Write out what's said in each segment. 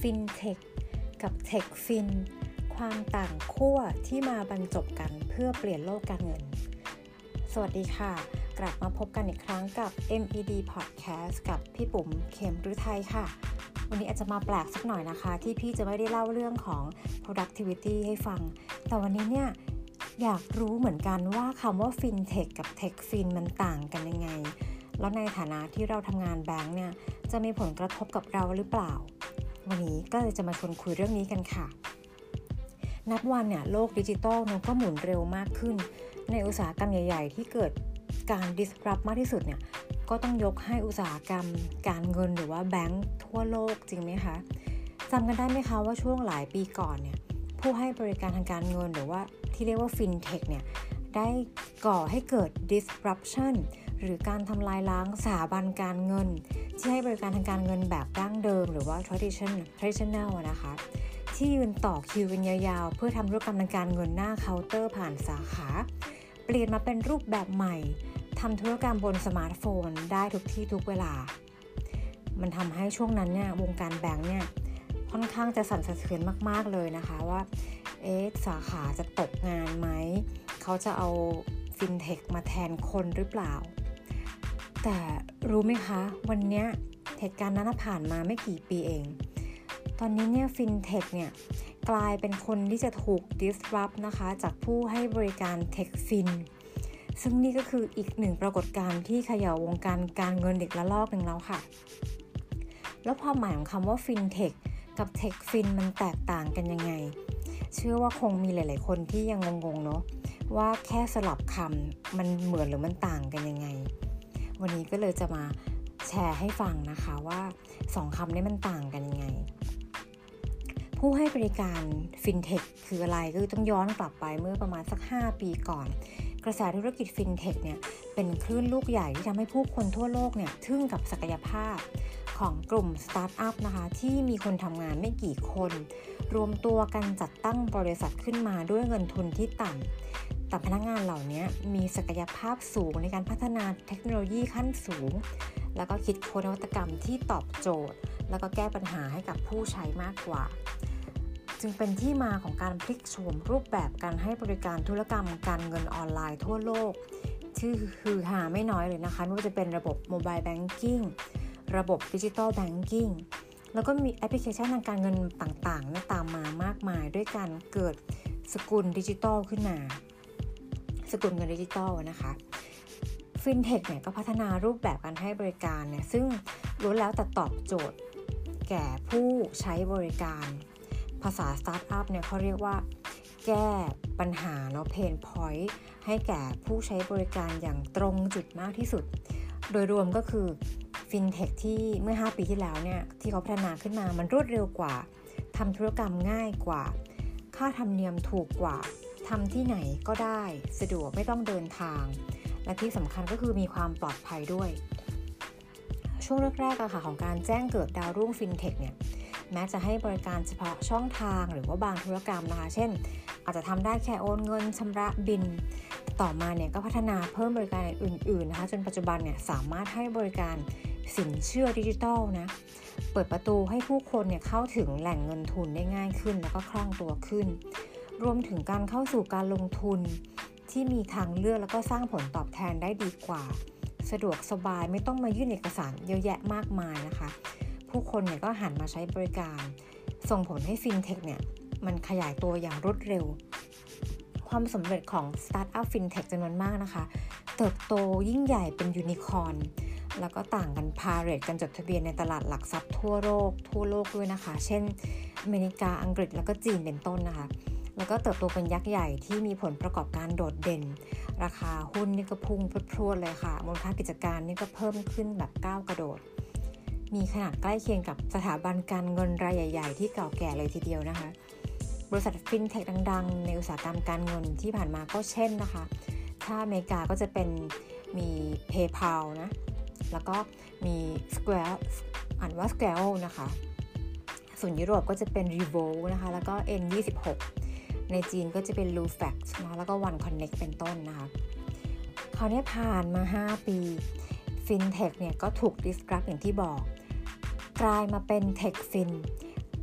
ฟินเทคกับเทคฟินความต่างขั้วที่มาบรรจบกันเพื่อเปลี่ยนโลกการเงินสวัสดีค่ะกลับมาพบกันอีกครั้งกับ MED Podcast กับพี่ปุ๋มเข็มฤทัยค่ะวันนี้อาจจะมาแปลกสักหน่อยนะคะที่พี่จะไม่ได้เล่าเรื่องของ productivity ให้ฟังแต่วันนี้เนี่ยอยากรู้เหมือนกันว่าคำว่า FinTech กับ TechFin มันต่างกันยังไงแล้วในฐานะที่เราทำงานแบงค์เนี่ยจะมีผลกระทบกับเราหรือเปล่าวันนี้ก็เลยจะมาชวนคุยเรื่องนี้กันค่ะนับวันเนี่ยโลกดิจิทัลก็หมุนเร็วมากขึ้นในอุตสาหกรรมใหญ่ๆที่เกิดการ disrupt มากที่สุดเนี่ยก็ต้องยกให้อุตสาหกรรมการเงินหรือว่าแบงค์ทั่วโลกจริงไหมคะจำกันได้ไหมคะว่าช่วงหลายปีก่อนเนี่ยผู้ให้บริการทางการเงินหรือว่าที่เรียกว่า FinTech เนี่ยได้ก่อให้เกิด disruption หรือการทำลายล้างสถาบันการเงินที่ให้บริการทางการเงินแบบดั้งเดิมหรือว่า traditional นะคะที่ยืนต่อคิวกันยาวๆเพื่อทำธุรกรรมทางการเงินหน้าเคาน์เตอร์ผ่านสาขาเปลี่ยนมาเป็นรูปแบบใหม่ทำธุรกรรมบนสมาร์ทโฟนได้ทุกที่ทุกเวลามันทำให้ช่วงนั้นเนี่ยวงการแบงค์เนี่ยค่อนข้างจะสั่นสะเทือนมากๆเลยนะคะว่าสาขาจะตกงานไหมเขาจะเอาฟินเทคมาแทนคนหรือเปล่าแต่รู้ไหมคะวันนี้เหตุการณ์นั้นผ่านมาไม่กี่ปีเองตอนนี้เนี่ยฟินเทคเนี่ยกลายเป็นคนที่จะถูก disrupt นะคะจากผู้ให้บริการเทคฟินซึ่งนี่ก็คืออีกหนึ่งปรากฏการณ์ที่เขย่าวงการการเงินอีกระลอกหนึ่งแล้วค่ะแล้วความหมายของคำว่าฟินเทคกับเทคฟินมันแตกต่างกันยังไงเชื่อว่าคงมีหลายๆคนที่ยังงงๆเนาะว่าแค่สลับคำมันเหมือนหรือมันต่างกันยังไงวันนี้ก็เลยจะมาแชร์ให้ฟังนะคะว่า2คำนี้มันต่างกันยังไงผู้ให้บริการฟินเทคคืออะไรก็ต้องย้อนกลับไปเมื่อประมาณสัก5ปีก่อนกระแสธุรกิจฟินเทคเนี่ยเป็นคลื่นลูกใหญ่ที่ทำให้ผู้คนทั่วโลกเนี่ยทึ่งกับศักยภาพของกลุ่มสตาร์ทอัพนะคะที่มีคนทำงานไม่กี่คนรวมตัวกันจัดตั้งบริษัทขึ้นมาด้วยเงินทุนที่ต่ำแต่พนักงานเหล่านี้มีศักยภาพสูงในการพัฒนาเทคโนโลยีขั้นสูงแล้วก็คิดค้นนวัตกรรมที่ตอบโจทย์แล้วก็แก้ปัญหาให้กับผู้ใช้มากกว่าจึงเป็นที่มาของการพลิกโฉมรูปแบบการให้บริการธุรกรรมการเงินออนไลน์ทั่วโลกที่ฮือฮาไม่น้อยเลยนะคะไม่ว่าจะเป็นระบบโมบายแบงกิ้งระบบดิจิทัลแบงกิ้งแล้วก็มีแอปพลิเคชันทางการเงินต่างๆตามมามากมายด้วยการเกิดสกุลดิจิทัลขึ้นมาสกุลเงินดิจิทัลนะคะฟินเทคเนี่ยก็พัฒนารูปแบบการให้บริการเนี่ยซึ่งล้วนแล้วแต่ตอบโจทย์แก่ผู้ใช้บริการภาษาสตาร์ทอัพเนี่ยเขาเรียกว่าแก้ปัญหาเนาะเพนพอยต์ให้แก่ผู้ใช้บริการอย่างตรงจุดมากที่สุดโดยรวมก็คือฟินเทคที่เมื่อ5ปีที่แล้วเนี่ยที่เขาพัฒนาขึ้นมามันรวดเร็วกว่าทำธุรกรรมง่ายกว่าค่าธรรมเนียมถูกกว่าทำที่ไหนก็ได้สะดวกไม่ต้องเดินทางและที่สำคัญก็คือมีความปลอดภัยด้วยช่วงแรกๆค่ะของการแจ้งเกิดดาวรุ่งฟินเทคเนี่ยแม้จะให้บริการเฉพาะช่องทางหรือว่าบางธุรกรรมนะคะเช่นอาจจะทำได้แค่โอนเงินชำระบินต่อมาเนี่ยก็พัฒนาเพิ่มบริการอื่นๆนะคะจนปัจจุบันเนี่ยสามารถให้บริการสินเชื่อดิจิทัลนะเปิดประตูให้ผู้คนเนี่ยเข้าถึงแหล่งเงินทุนได้ง่ายขึ้นแล้วก็คล่องตัวขึ้นรวมถึงการเข้าสู่การลงทุนที่มีทางเลือกแล้วก็สร้างผลตอบแทนได้ดีกว่าสะดวกสบายไม่ต้องมายื่นเอกสารเยอะแยะมากมายนะคะผู้คนเนี่ยก็หันมาใช้บริการส่งผลให้ฟินเทคเนี่ยมันขยายตัวอย่างรวดเร็วความสำเร็จของสตาร์ทอัพฟินเทคจำนวนมากนะคะเติบโตยิ่งใหญ่เป็นยูนิคอร์นแล้วก็ต่างกันพาเรทกันจดทะเบียนในตลาดหลักทรัพย์ทั่วโลกด้วยนะคะเช่นอเมริกาอังกฤษแล้วก็จีนเป็นต้นนะคะแล้วก็เติบโตเป็นยักษ์ใหญ่ที่มีผลประกอบการโดดเด่นราคาหุ้นนี่ก็พุ่งพรวดเลยค่ะมูลค่ากิจการนี่ก็เพิ่มขึ้นแบบก้าวกระโดดมีขนาดใกล้เคียงกับสถาบันการเงินรายใหญ่ๆที่เก่าแก่เลยทีเดียวนะคะบริษัทฟินเทคดังๆในอุตสาหกรรมการเงินที่ผ่านมาก็เช่นนะคะถ้าอเมริกาก็จะเป็นมี PayPal นะแล้วก็มี Square อ่านว่า Square นะคะส่วนยุโรปก็จะเป็น Revolut นะคะแล้วก็ N26 ในจีนก็จะเป็น Lufax นะแล้วก็ One Connect เป็นต้นนะคะคราวนี้ผ่านมา5ปีฟินเทคเนี่ยก็ถูก disrupt อย่างที่บอกกลายมาเป็นเทคฟิน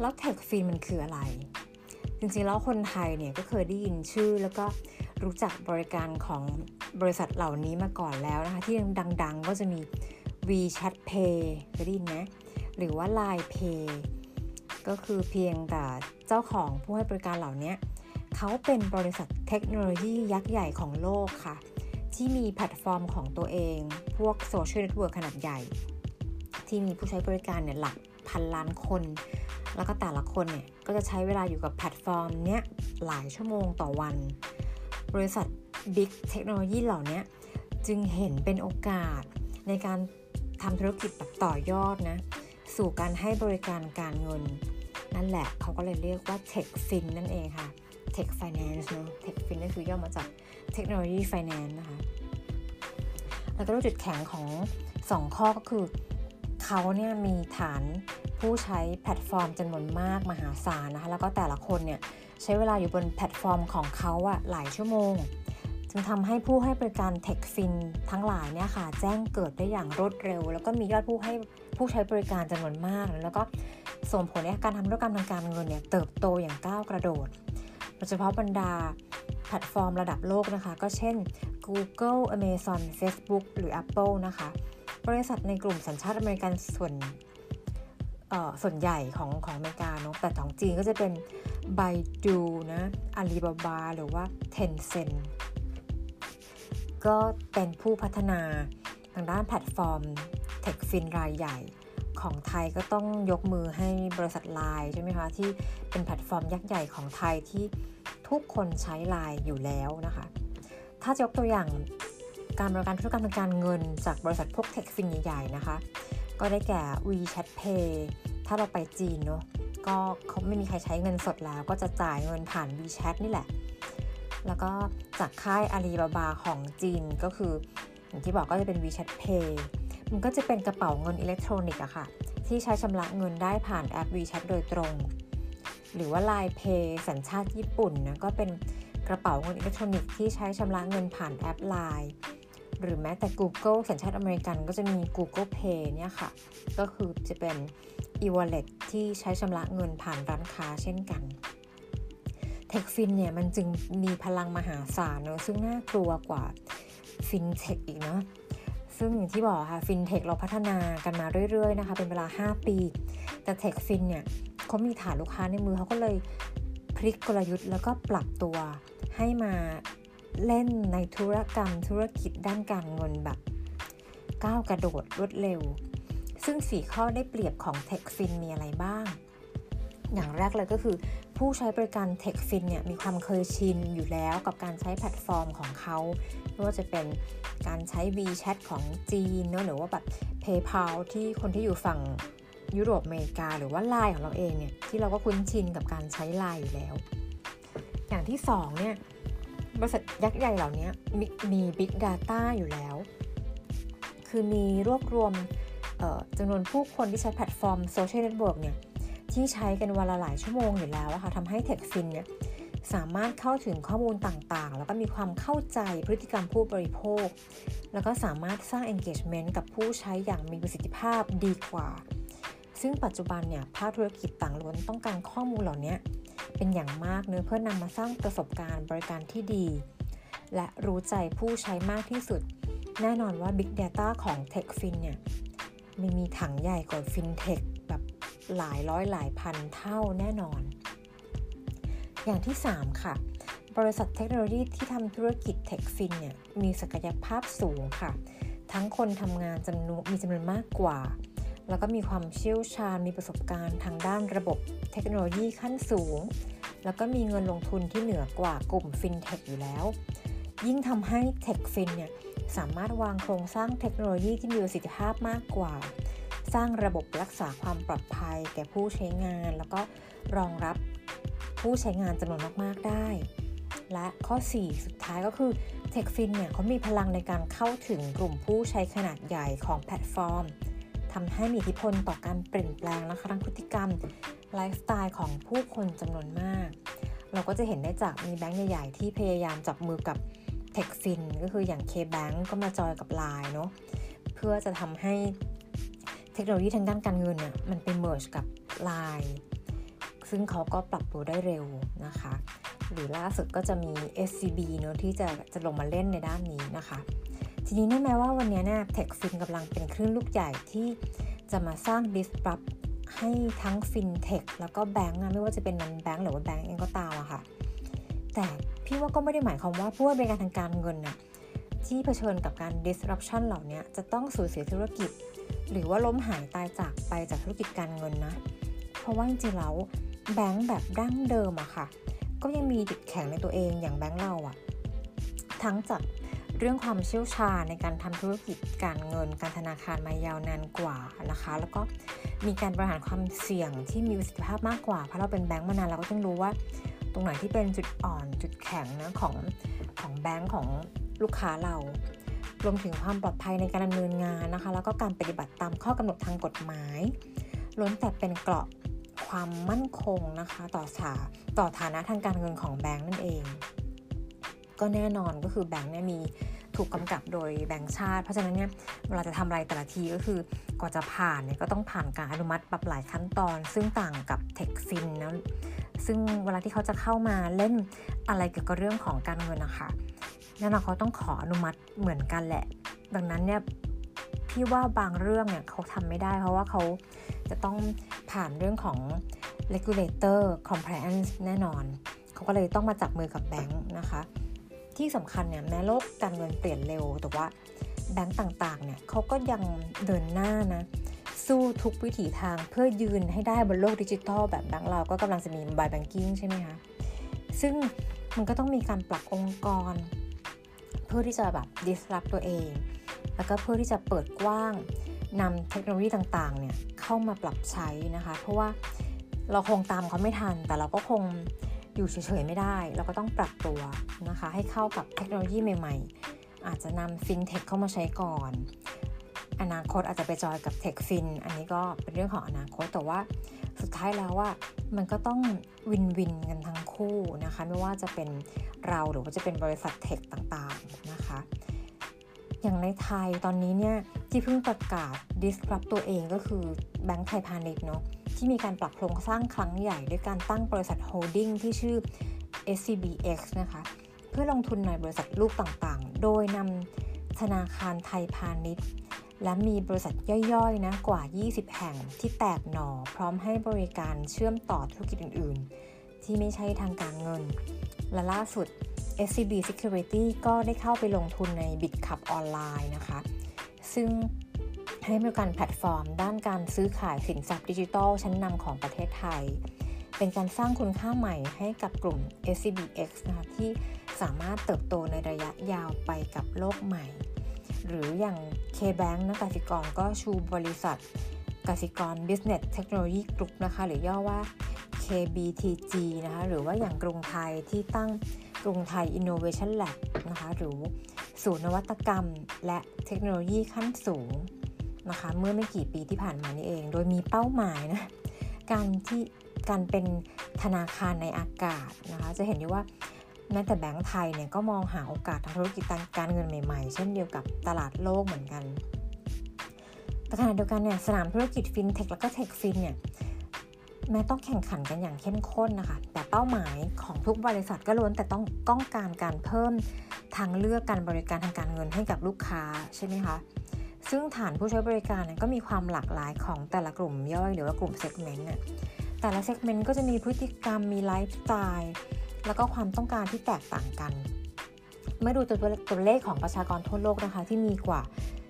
แล้ว TechFin มันคืออะไรจริงๆแล้วคนไทยเนี่ยก็เคยได้ยินชื่อแล้วก็รู้จักบริการของบริษัทเหล่านี้มาก่อนแล้วนะคะที่ดังๆก็จะมี WeChat Pay เคยได้ยินไหมหรือว่า Line Pay ก็คือเพียงแต่เจ้าของผู้ให้บริการเหล่านี้เขาเป็นบริษัทเทคโนโลยียักษ์ใหญ่ของโลกค่ะที่มีแพลตฟอร์มของตัวเองพวกโซเชียลเน็ตเวิร์กขนาดใหญ่ที่มีผู้ใช้บริการเนี่ยหลักพันล้านคนแล้วก็แต่ละคนเนี่ยก็จะใช้เวลาอยู่กับแพลตฟอร์มเนี้ยหลายชั่วโมงต่อวันบริษัท Big เทคโนโลยีเหล่านี้จึงเห็นเป็นโอกาสในการทำธุรกิจแบบต่อยอดนะสู่การให้บริการการเงินนั่นแหละเขาก็เลยเรียกว่า TechFin นั่นเองค่ะ Tech Finance เนอะ TechFin นั่นคือย่อมาจาก Technology Finance นะคะแล้วก็จุดแข็งของ2ข้อก็คือเขาเนี่ยมีฐานผู้ใช้แพลตฟอร์มจำนวนมากมหาศาลนะคะแล้วก็แต่ละคนเนี่ยใช้เวลาอยู่บนแพลตฟอร์มของเขาอะหลายชั่วโมงจึงทำให้ผู้ให้บริการ TechFin ทั้งหลายเนี่ยค่ะแจ้งเกิดได้อย่างรวดเร็วแล้วก็มียอดผู้ใช้บริการจำนวนมากแล้วก็ส่งผลให้การทำธุรกรรมทางการเงินเนี่ยเติบโตอย่างก้าวกระโดดโดยเฉพาะบรรดาแพลตฟอร์มระดับโลกนะคะก็เช่น Google Amazon Facebook หรือ Apple นะคะบริษัทในกลุ่มสัญชาติอเมริกันส่วนใหญ่ของอเมริกาเนาะแต่ของจีนก็จะเป็น Baidu นะ Alibaba หรือว่า Tencent ก็เป็นผู้พัฒนาทางด้านแพลตฟอร์ม TechFin รายใหญ่ของไทยก็ต้องยกมือให้บริษัท LINE ใช่ไหมคะที่เป็นแพลตฟอร์มยักษ์ใหญ่ของไทยที่ทุกคนใช้ LINE อยู่แล้วนะคะถ้าจะยกตัวอย่างการบริการธุรกรรมทางการเงินจากบริษัทพวก TechFin ใหญ่ๆนะคะก็ได้แก่ WeChat Pay ถ้าเราไปจีนเนาะก็เขาไม่มีใครใช้เงินสดแล้วก็จะจ่ายเงินผ่าน WeChat นี่แหละแล้วก็จากค่าย Alibaba ของจีนก็คืออย่างที่บอกก็จะเป็น WeChat Pay มันก็จะเป็นกระเป๋าเงินอิเล็กทรอนิกส์อะค่ะที่ใช้ชำระเงินได้ผ่านแอป WeChat โดยตรงหรือว่า Line Pay สัญชาติญี่ปุ่นนะก็เป็นกระเป๋าเงินอิเล็กทรอนิกส์ที่ใช้ชำระเงินผ่านแอป Line หรือแม้แต่ Google สัญชาติอเมริกันก็จะมี Google Pay เนี่ยค่ะก็คือจะเป็น e-wallet ที่ใช้ชำระเงินผ่านร้านค้าเช่นกัน TechFin เนี่ยมันจึงมีพลังมหาศาลเนอะซึ่งน่ากลัวกว่า FinTech อีกเนาะซึ่งอย่างที่บอกค่ะ FinTech เราพัฒนากันมาเรื่อยๆนะคะเป็นเวลา5ปีแต่ TechFin เนี่ยเขามีฐานลูกค้าในมือเขาก็เลยพลิกกลยุทธ์แล้วก็ปรับตัวให้มาเล่นในธุรกิจด้านการเงินแบบก้าวกระโดดรวดเร็วซึ่ง4ข้อได้เปรียบของ TechFin มีอะไรบ้างอย่างแรกเลยก็คือผู้ใช้บริการ TechFin เนี่ยมีความเคยชินอยู่แล้วกับการใช้แพลตฟอร์มของเขาไม่ว่าจะเป็นการใช้ WeChat ของจีนเนอะหรือว่าแบบ PayPal ที่คนที่อยู่ฝั่งยุโรปอเมริกาหรือว่า Line ของเราเองเนี่ยที่เราก็คุ้นชินกับการใช้ Line อยู่แล้วอย่างที่2เนี่ยบริษัทยักษ์ใหญ่เหล่านี้มี Big Data อยู่แล้วคือมีรวบรวมจำนวนผู้คนที่ใช้แพลตฟอร์มโซเชียลเน็ตเวิร์กเนี่ยที่ใช้กันวันละหลายชั่วโมงอยู่แล้วอะค่ะทำให้ TechFin เนี่ยสามารถเข้าถึงข้อมูลต่างๆแล้วก็มีความเข้าใจพฤติกรรมผู้บริโภคแล้วก็สามารถสร้าง engagement กับผู้ใช้อย่างมีประสิทธิภาพดีกว่าซึ่งปัจจุบันเนี่ยภาคธุรกิจต่างล้วนต้องการข้อมูลเหล่านี้เป็นอย่างมากเพื่อนำมาสร้างประสบการณ์บริการที่ดีและรู้ใจผู้ใช้มากที่สุดแน่นอนว่า Big Data ของ TechFin เนี่ยไม่มีถังใหญ่กว่า FinTech แบบหลายร้อยหลายพันเท่าแน่นอนอย่างที่3ค่ะบริษัทเทคโนโลยีที่ทำธุรกิจ TechFin เนี่ยมีศักยภาพสูงค่ะทั้งคนทำงานมีจำนวนมากกว่าแล้วก็มีความเชี่ยวชาญมีประสบการณ์ทางด้านระบบเทคโนโลยีขั้นสูงแล้วก็มีเงินลงทุนที่เหนือกว่ากลุ่ม FinTech อยู่แล้วยิ่งทำให้ TechFin เนี่ยสามารถวางโครงสร้างเทคโนโลยีที่มีประสิทธิภาพมากกว่าสร้างระบบรักษาความปลอดภัยแก่ผู้ใช้งานแล้วก็รองรับผู้ใช้งานจำนวนมากๆได้และข้อ4สุดท้ายก็คือ TechFin เนี่ยเขามีพลังในการเข้าถึงกลุ่มผู้ใช้ขนาดใหญ่ของแพลตฟอร์มทำให้มีอิทธิพลต่อการเปลี่ยนแปลงนะคะทางพฤติกรรมไลฟ์สไตล์ของผู้คนจำนวนมากเราก็จะเห็นได้จากมีแบงก์ใหญ่ๆที่พยายามจับมือกับ TechFin ก็คืออย่าง KBank ก็มาจอยกับ Line เนาะเพื่อจะทำให้เทคโนโลยีทางด้านการเงินเนี่ยมันไปเมิร์จกับ Line ซึ่งเขาก็ปรับตัวได้เร็วนะคะหรือล่าสุดก็จะมี SCB เนอะที่จะลงมาเล่นในด้านนี้นะคะทีนี้แม้ว่าวันนี้เนี่ย TechFin กำลังเป็นคลื่นลูกใหญ่ที่จะมาสร้าง disrupt ให้ทั้ง FinTech แล้วก็แบงก์ไม่ว่าจะเป็นnon bankหรือว่าแบงก์เองก็ตามอะค่ะแต่พี่ว่าก็ไม่ได้หมายความว่าผู้ให้บริการทางการเงินน่ะที่เผชิญกับการ disruption เหล่านี้จะต้องสูญเสียธุรกิจหรือว่าล้มหายตายจากไปจากธุรกิจการเงินนะเพราะว่าจริงๆแล้วแบงก์แบบดั้งเดิมอะค่ะก็ยังมีจุดแข็งในตัวเองอย่างแบงก์เราอะทั้งจากเรื่องความเชี่ยวชาญในการทำธุรกิจการเงินการธนาคารมายาวนานกว่านะคะแล้วก็มีการบริหารความเสี่ยงที่มีประสิทธิภาพมากกว่าเพราะเราเป็นแบงก์มานานเราก็ต้องรู้ว่าตรงไหนที่เป็นจุดอ่อนจุดแข็งนะของแบงก์ของลูกค้าเรารวมถึงความปลอดภัยในการดำเนินงานนะคะแล้วก็การปฏิบัติตามข้อกำหนดทางกฎหมายล้วนแต่เป็นเกราะความมั่นคงนะคะต่อฐานะทางการเงินของแบงก์นั่นเองก็แน่นอนก็คือแบงก์เนี่ยมีถูกกำกับโดยแบงก์ชาติเพราะฉะนั้นเนี่ยเวลาจะทำอะไรแต่ละทีก็คือกว่าจะผ่านเนี่ยก็ต้องผ่านการอนุมัติปรับหลายขั้นตอนซึ่งต่างกับ TechFin นะซึ่งเวลาที่เขาจะเข้ามาเล่นอะไรเกี่ยวกับเรื่องของการเงินนะคะแน่นอนเขาต้องขออนุมัติเหมือนกันแหละดังนั้นเนี่ยพี่ว่าบางเรื่องเนี่ยเขาทำไม่ได้เพราะว่าเขาจะต้องผ่านเรื่องของ regulator compliance แน่นอนเขาก็เลยต้องมาจับมือกับแบงค์นะคะที่สำคัญเนี่ยแม้โลกการเงินเปลี่ยนเร็วแต่ว่าแบงค์ต่างๆเนี่ยเขาก็ยังเดินหน้านะสู้ทุกวิถีทางเพื่อยืนให้ได้บนโลกดิจิทัลแบบแบงค์เราก็กำลังจะมี mobile banking ใช่ไหมคะซึ่งมันก็ต้องมีการปรับองค์กรเพื่อที่จะแบบ disrupt ตัวเองแล้วก็เพื่อที่จะเปิดกว้างนำเทคโนโลยีต่างๆเนี่ยเข้ามาปรับใช้นะคะเพราะว่าเราคงตามเขาไม่ทันแต่เราก็คงอยู่เฉยๆไม่ได้เราก็ต้องปรับตัวนะคะให้เข้ากับเทคโนโลยีใหม่ๆอาจจะนำ FinTech เข้ามาใช้ก่อนอนาคตอาจจะไปจอยกับ TechFin อันนี้ก็เป็นเรื่องของอนาคตแต่ว่าสุดท้ายแล้วว่ามันก็ต้องวินกันทั้งคู่นะคะไม่ว่าจะเป็นเราหรือว่าจะเป็นบริษัทเทคต่างๆนะคะอย่างในไทยตอนนี้เนี่ยที่เพิ่งประกาศ disrupt ตัวเองก็คือแบงก์ไทยพาณิชย์เนาะที่มีการปรับโครงสร้างครั้งใหญ่ด้วยการตั้งบริษัทโฮลดิ้งที่ชื่อ SCBX นะคะเพื่อลงทุนในบริษัทลูกต่างๆโดยนำธนาคารไทยพาณิชย์และมีบริษัทย่อยๆนะกว่า20แห่งที่แตกหน่อพร้อมให้บริการเชื่อมต่อธุรกิจอื่นๆที่ไม่ใช่ทางการเงินและล่าสุด SCB Security ก็ได้เข้าไปลงทุนใน BitCup ออนไลน์นะคะซึ่งให้บริการแพลตฟอร์มด้านการซื้อขายสินทรัพย์ดิจิทัลชั้นนำของประเทศไทยเป็นการสร้างคุณค่าใหม่ให้กับกลุ่ม SCBX นะคะที่สามารถเติบโตในระยะยาวไปกับโลกใหม่หรืออย่าง KBank นะกสิกรก็ชูบริษัทกสิกร Business Technology Group นะคะหรือย่อว่า KBTG นะคะหรือว่าอย่างกรุงไทยที่ตั้งกรุงไทย Innovation Lab นะคะหรือศูนย์นวัตกรรมและเทคโนโลยีขั้นสูงนะคะเมื่อไม่กี่ปีที่ผ่านมานี่เองโดยมีเป้าหมายนะการเป็นธนาคารในอากาศนะคะจะเห็นได้ว่าแม้แต่แบงก์ไทยเนี่ยก็มองหาโอกาสทางธุรกิจการเงินใหม่ๆเช่นเดียวกับตลาดโลกเหมือนกันแต่ขณะเดียวกันเนี่ยสนามธุรกิจ FinTech แล้วก็ TechFin เนี่ยแม้ต้องแข่งขันกันอย่างเข้มข้นนะคะแต่เป้าหมายของทุกบริษัทก็ล้วนแต่ต้องการเพิ่มทางเลือกการบริการทางการเงินให้กับลูกค้าใช่ไหมคะซึ่งฐานผู้ใช้บริการก็มีความหลากหลายของแต่ละกลุ่มย่อยหรือว่ากลุ่มเซกเมนต์เนี่ยแต่ละเซกเมนต์ก็จะมีพฤติกรรมมีไลฟ์สไตล์แล้วก็ความต้องการที่แตกต่างกันเมื่อดูตัวเลขของประชากรทั่วโลกนะคะที่มีกว่า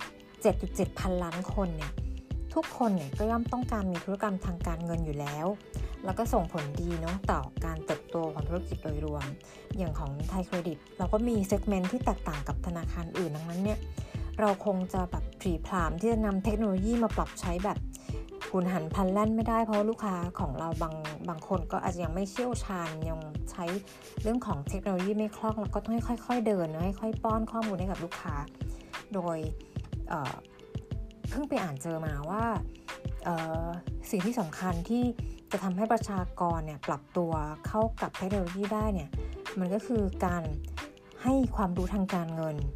7.7 พันล้านคนเนี่ยทุกคนเนี่ยก็ย่อมต้องการมีธุรกรรมทางการเงินอยู่แล้วแล้วก็ส่งผลดีเนาะต่อการเติบโตของธุรกิจโดยรวมอย่างของไทยเครดิตเราก็มีเซกเมนต์ที่แตกต่างกับธนาคารอื่นดังนั้นเนี่ยเราคงจะแบบผลีผลามที่จะนำเทคโนโลยีมาปรับใช้แบบหุนหันพลันแล่นไม่ได้เพราะลูกค้าของเราบางคนก็อาจจะยังไม่เชี่ยวชาญยังใช้เรื่องของเทคโนโลยีไม่คล่องแล้วก็ต้องให้ค่อยๆเดินให้ค่อยป้อนข้อมูลให้กับลูกค้าโดยเพิ่งไปอ่านเจอมาว่าสิ่งที่สำคัญที่จะทำให้ประชากรเนี่ยปรับตัวเข้ากับเทคโนโลยีได้เนี่ยมันก็คือการให้ความรู้ทางการเงิน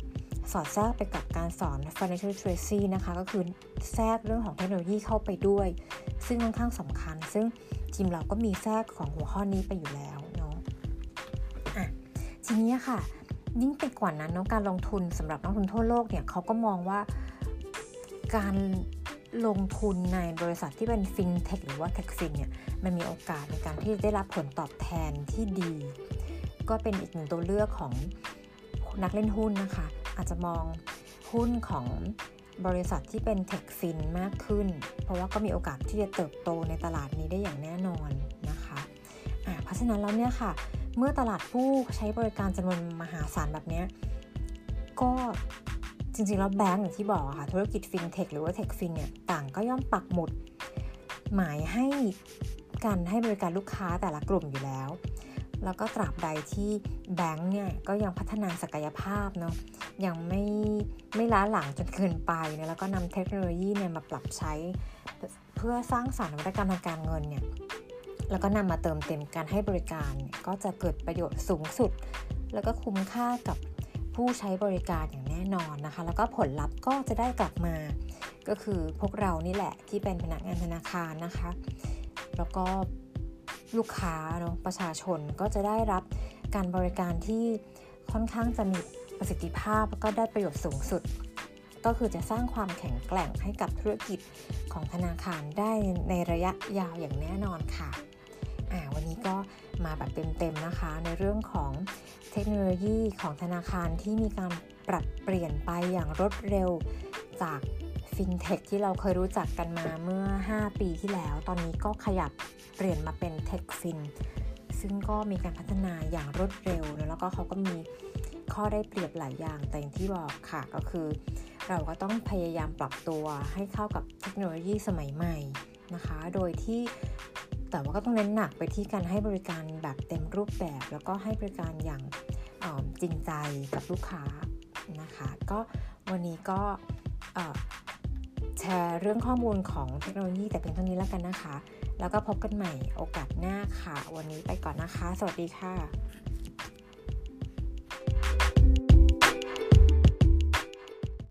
สอดแทรกไปกับการสอน financial literacy นะคะก็คือแทรกเรื่องของเทคโนโลยีเข้าไปด้วยซึ่งค่อนข้างสำคัญซึ่งทีมเราก็มีแทรกของหัวข้อนี้ไปอยู่แล้วเนาะทีนี้ค่ะยิ่งไปกว่านั้นเนาะการลงทุนสำหรับนักลงทุนทั่วโลกเนี่ยเขาก็มองว่าการลงทุนในบริษัทที่เป็น FinTech หรือว่า TechFin เนี่ยมันมีโอกาสในการที่จะได้รับผลตอบแทนที่ดีก็เป็นอีกหนึ่งตัวเลือกของนักเล่นหุ้นนะคะอาจจะมองหุ้นของบริษัทที่เป็น TechFin มากขึ้นเพราะว่าก็มีโอกาสที่จะเติบโตในตลาดนี้ได้อย่างแน่นอนนะคะเพราะฉะนั้นแล้วเนี่ยค่ะเมื่อตลาดผู้ใช้บริการจำนวนมหาศาลแบบนี้ก็จริงๆแล้วแบงก์อย่างที่บอกค่ะธุรกิจ FinTech หรือว่า TechFin เนี่ยต่างก็ย่อมปักหมุดหมายให้การให้บริการลูกค้าแต่ละกลุ่มอยู่แล้วแล้วก็ตราบใดที่แบงก์เนี่ยก็ยังพัฒนาศักยภาพเนาะยังไม่ล้าหลังจนเกินไปนะแล้วก็นำเทคโนโลยีเนี่ยมาปรับใช้เพื่อสร้างสรรค์นวัตกรรมทางการเงินเนี่ยแล้วก็นำมาเติมเต็มการให้บริการก็จะเกิดประโยชน์สูงสุดแล้วก็คุ้มค่ากับผู้ใช้บริการอย่างแน่นอนนะคะแล้วก็ผลลัพธ์ก็จะได้กลับมาก็คือพวกเรานี่แหละที่เป็นพนักงานธนาคารนะคะแล้วก็ลูกค้าเนาะประชาชนก็จะได้รับการบริการที่ค่อนข้างจะมีประสิทธิภาพแล้วก็ได้ประโยชน์สูงสุดก็คือจะสร้างความแข็งแกร่งให้กับธุรกิจของธนาคารได้ในระยะยาวอย่างแน่นอนค่ะวันนี้ก็มาแบบเต็มๆนะคะในเรื่องของเทคโนโลยีของธนาคารที่มีการปรับเปลี่ยนไปอย่างรวดเร็วจากFinTech ที่เราเคยรู้จักกันมาเมื่อ5ปีที่แล้วตอนนี้ก็ขยับเปลี่ยนมาเป็น TechFin ซึ่งก็มีการพัฒนาอย่างรวดเร็วแล้วก็เขาก็มีข้อได้เปรียบหลายอย่างแต่อย่างที่บอกค่ะก็คือเราก็ต้องพยายามปรับตัวให้เข้ากับเทคโนโลยีสมัยใหม่นะคะโดยที่แต่ว่าก็ต้องเน้นหนักไปที่การให้บริการแบบเต็มรูปแบบแล้วก็ให้บริการอย่างจริงใจกับลูกค้านะคะก็วันนี้ก็แชร์เรื่องข้อมูลของเทคโนโลยีแต่เพียงเท่านี้แล้วกันนะคะแล้วก็พบกันใหม่โอกาสหน้าค่ะวันนี้ไปก่อนนะคะสวัสดีค่ะ